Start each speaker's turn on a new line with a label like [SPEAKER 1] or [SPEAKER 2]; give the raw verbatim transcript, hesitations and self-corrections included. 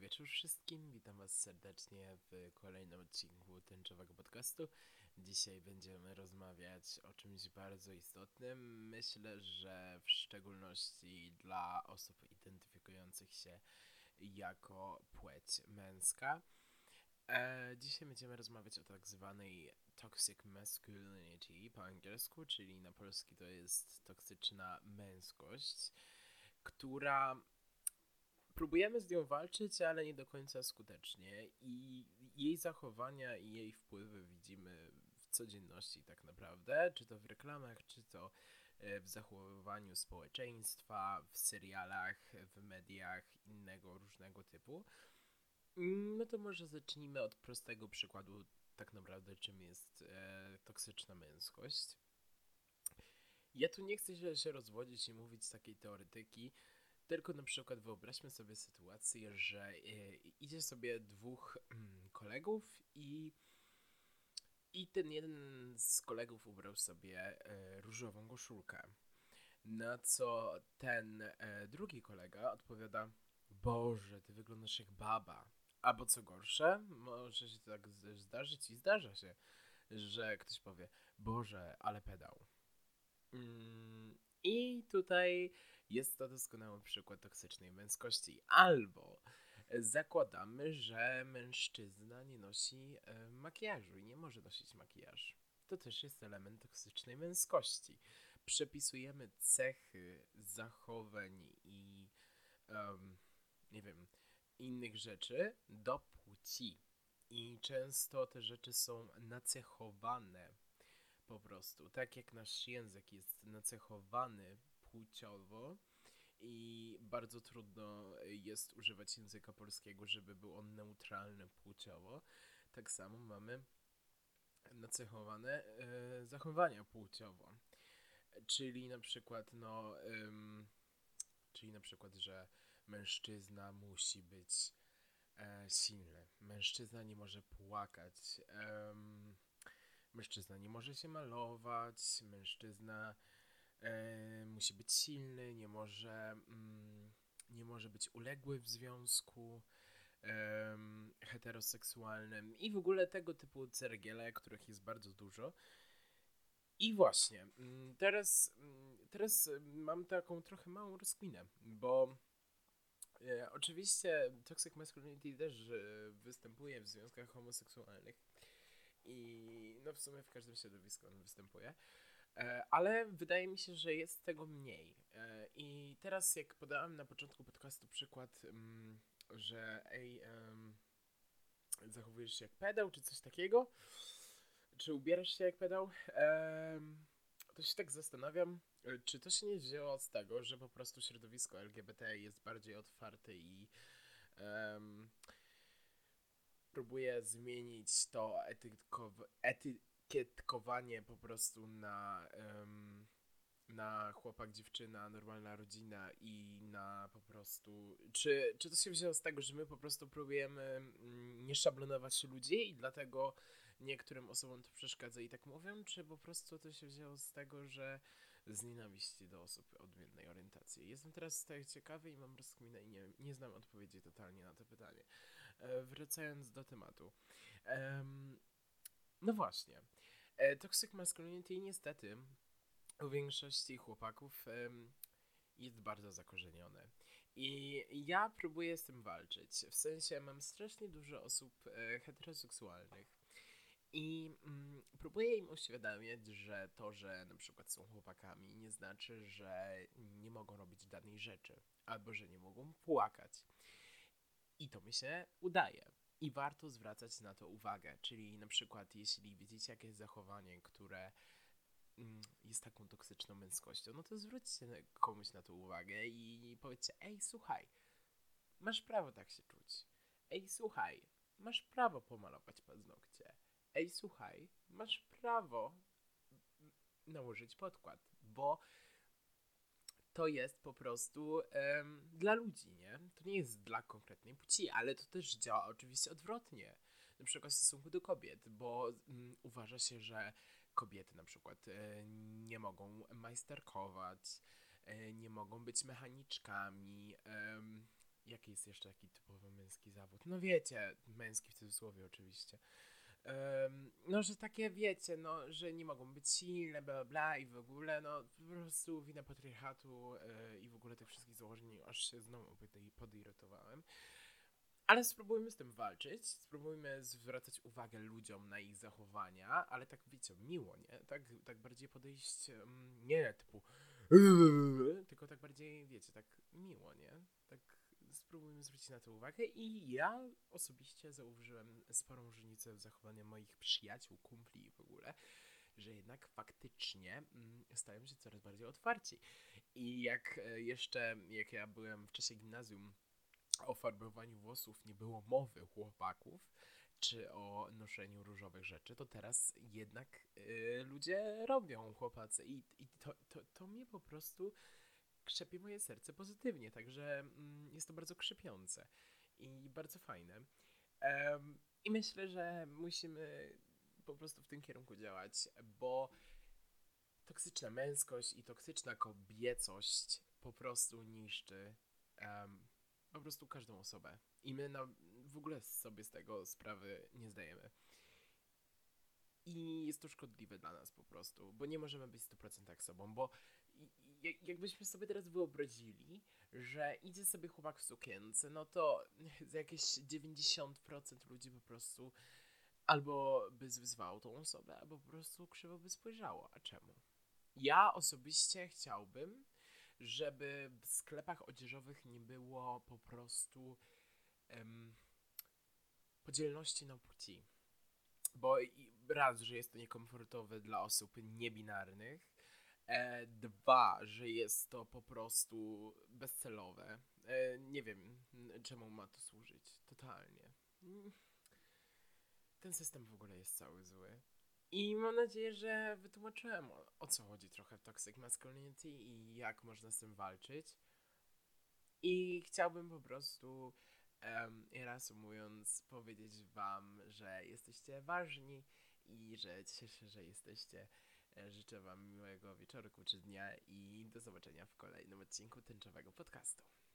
[SPEAKER 1] wieczór wszystkim, witam was serdecznie w kolejnym odcinku Tęczowego Podcastu. Dzisiaj będziemy rozmawiać o czymś bardzo istotnym, myślę, że w szczególności dla osób identyfikujących się jako płeć męska. E, dzisiaj będziemy rozmawiać o tak zwanej toxic masculinity po angielsku, czyli na polski to jest toksyczna męskość, która próbujemy z nią walczyć, ale nie do końca skutecznie i jej zachowania i jej wpływy widzimy w codzienności tak naprawdę, czy to w reklamach, czy to e, w zachowywaniu społeczeństwa, w serialach, w mediach innego różnego typu. Mm, No to może zacznijmy od prostego przykładu tak naprawdę, czym jest e, toksyczna męskość. Ja tu nie chcę się, się rozwodzić i mówić takiej teoretyki, tylko na przykład wyobraźmy sobie sytuację, że e, idzie sobie dwóch mm, kolegów i, i ten jeden z kolegów ubrał sobie e, różową koszulkę. Na co ten e, drugi kolega odpowiada: Boże, ty wyglądasz jak baba. Albo co gorsze, może się tak z- zdarzyć i zdarza się, że ktoś powie: Boże, ale pedał. Mm, I tutaj jest to doskonały przykład toksycznej męskości. Albo zakładamy, że mężczyzna nie nosi e, makijażu i nie może nosić makijażu. To też jest element toksycznej męskości. Przepisujemy cechy, zachowań i em, nie wiem, innych rzeczy do płci. I często te rzeczy są nacechowane po prostu. Tak jak nasz język jest nacechowany płciowo i bardzo trudno jest używać języka polskiego, żeby był on neutralny płciowo, tak samo mamy nacechowane e, zachowania płciowo. Czyli na przykład, no, ym, czyli na przykład, że mężczyzna musi być e, silny. Mężczyzna nie może płakać. Em, mężczyzna nie może się malować. Mężczyzna e, musi być silny, nie może, mm, nie może być uległy w związku em, heteroseksualnym i w ogóle tego typu ceregiele, których jest bardzo dużo. I właśnie, mm, teraz, mm, teraz mam taką trochę małą rozkminę, bo e, oczywiście toxic masculinity też e, występuje w związkach homoseksualnych i no w sumie w każdym środowisku on występuje. E, Ale wydaje mi się, że jest tego mniej. E, I teraz, jak podałem na początku podcastu przykład, mm, że ej, em, zachowujesz się jak pedał, czy coś takiego, czy ubierasz się jak pedał, em, to się tak zastanawiam, e, czy to się nie wzięło z tego, że po prostu środowisko L G B T jest bardziej otwarte i em, próbuje zmienić to etykow- etykietkowanie po prostu na em, na chłopak, dziewczyna, normalna rodzina i na po prostu... Czy, czy to się wzięło z tego, że my po prostu próbujemy mm, nie szablonować ludzi i dlatego niektórym osobom to przeszkadza i tak mówią, czy po prostu to się wzięło z tego, że z nienawiści do osób o odmiennej orientacji? Jestem teraz tak ciekawy i mam rozkminę i nie, nie znam odpowiedzi totalnie na to pytanie. E, wracając do tematu. Em, no właśnie. E, Toxic masculinity niestety u większości chłopaków em, jest bardzo zakorzenione. I ja próbuję z tym walczyć. W sensie mam strasznie dużo osób e, heteroseksualnych i mm, próbuję im uświadamiać, że to, że na przykład są chłopakami, nie znaczy, że nie mogą robić danej rzeczy albo że nie mogą płakać. I to mi się udaje. I warto zwracać na to uwagę. Czyli na przykład, jeśli widzicie jakieś zachowanie, które mm, jest taką toksyczną męskością, no to zwróćcie na- komuś na to uwagę i powiedzcie: ej, słuchaj, masz prawo tak się czuć. Ej, słuchaj, masz prawo pomalować paznokcie. Ej, słuchaj, masz prawo nałożyć podkład, bo to jest po prostu em, dla ludzi, nie? To nie jest dla konkretnej płci, ale to też działa oczywiście odwrotnie. Na przykład w stosunku do kobiet, bo mm, uważa się, że kobiety na przykład e, nie mogą majsterkować, e, nie mogą być mechaniczkami, em, Jaki jest jeszcze taki typowo męski zawód? No wiecie, męski w cudzysłowie oczywiście. Em, no, że takie wiecie, no, że nie mogą być silne, bla bla bla i w ogóle, no po prostu wina patriarchatu e, i w ogóle tych wszystkich założeń, aż się znowu podej- podirytowałem. Ale spróbujmy z tym walczyć, spróbujmy zwracać uwagę ludziom na ich zachowania, ale tak wiecie, miło, nie? Tak, tak bardziej podejść, mm, nie typu tylko tak bardziej, wiecie, tak miło, nie? Tak spróbujmy zwrócić na to uwagę i ja osobiście zauważyłem sporą różnicę w zachowaniu moich przyjaciół, kumpli i w ogóle, że jednak faktycznie mm, stają się coraz bardziej otwarci. I jak e, jeszcze, jak ja byłem w czasie gimnazjum, o farbowaniu włosów nie było mowy u chłopaków, czy o noszeniu różowych rzeczy, to teraz jednak y, ludzie robią, chłopacy. I, i to, to, to mnie po prostu krzepie moje serce pozytywnie, także mm, jest to bardzo krzepiące i bardzo fajne. Em, I myślę, że musimy po prostu w tym kierunku działać, bo toksyczna męskość i toksyczna kobiecość po prostu niszczy em, po prostu każdą osobę. I my na, w ogóle sobie z tego sprawy nie zdajemy. I jest to szkodliwe dla nas po prostu, bo nie możemy być w stu procentach sobą, bo jakbyśmy sobie teraz wyobrazili, że idzie sobie chłopak w sukience, no to za jakieś dziewięćdziesiąt procent ludzi po prostu albo by zwyzwało tą osobę, albo po prostu krzywo by spojrzało. A czemu? Ja osobiście chciałbym, żeby w sklepach odzieżowych nie było po prostu em, podzielności na płci. Bo raz, że jest to niekomfortowe dla osób niebinarnych, e, dwa, że jest to po prostu bezcelowe. E, nie wiem, czemu ma to służyć. Totalnie. Ten system w ogóle jest cały zły. I mam nadzieję, że wytłumaczyłem o, o co chodzi trochę w Toxic Masculinity i jak można z tym walczyć. I chciałbym po prostu, um, reasumując, powiedzieć wam, że jesteście ważni i że cieszę się, że jesteście. E, Życzę wam miłego wieczorku czy dnia i do zobaczenia w kolejnym odcinku Tęczowego Podcastu.